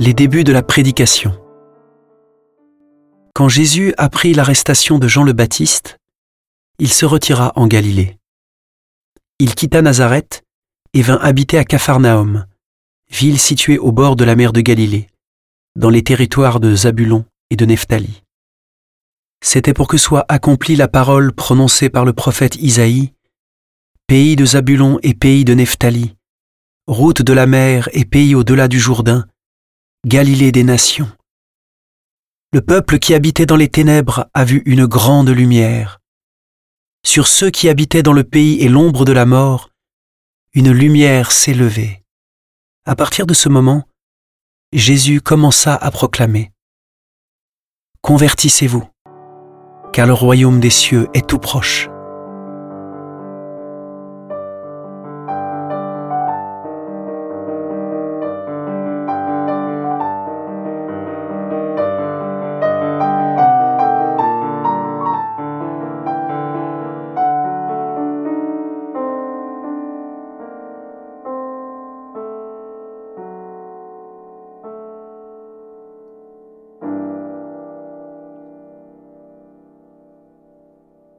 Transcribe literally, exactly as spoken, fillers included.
Les débuts de la prédication. Quand Jésus apprit l'arrestation de Jean le Baptiste, il se retira en Galilée. Il quitta Nazareth et vint habiter à Capharnaüm, ville située au bord de la mer de Galilée, dans les territoires de Zabulon et de Nephtali. C'était pour que soit accomplie la parole prononcée par le prophète Isaïe, « Pays de Zabulon et pays de Nephtali, route de la mer et pays au-delà du Jourdain, Galilée des nations. Le peuple qui habitait dans les ténèbres a vu une grande lumière. Sur ceux qui habitaient dans le pays et l'ombre de la mort, une lumière s'est levée. » À partir de ce moment, Jésus commença à proclamer « Convertissez-vous, car le royaume des cieux est tout proche. »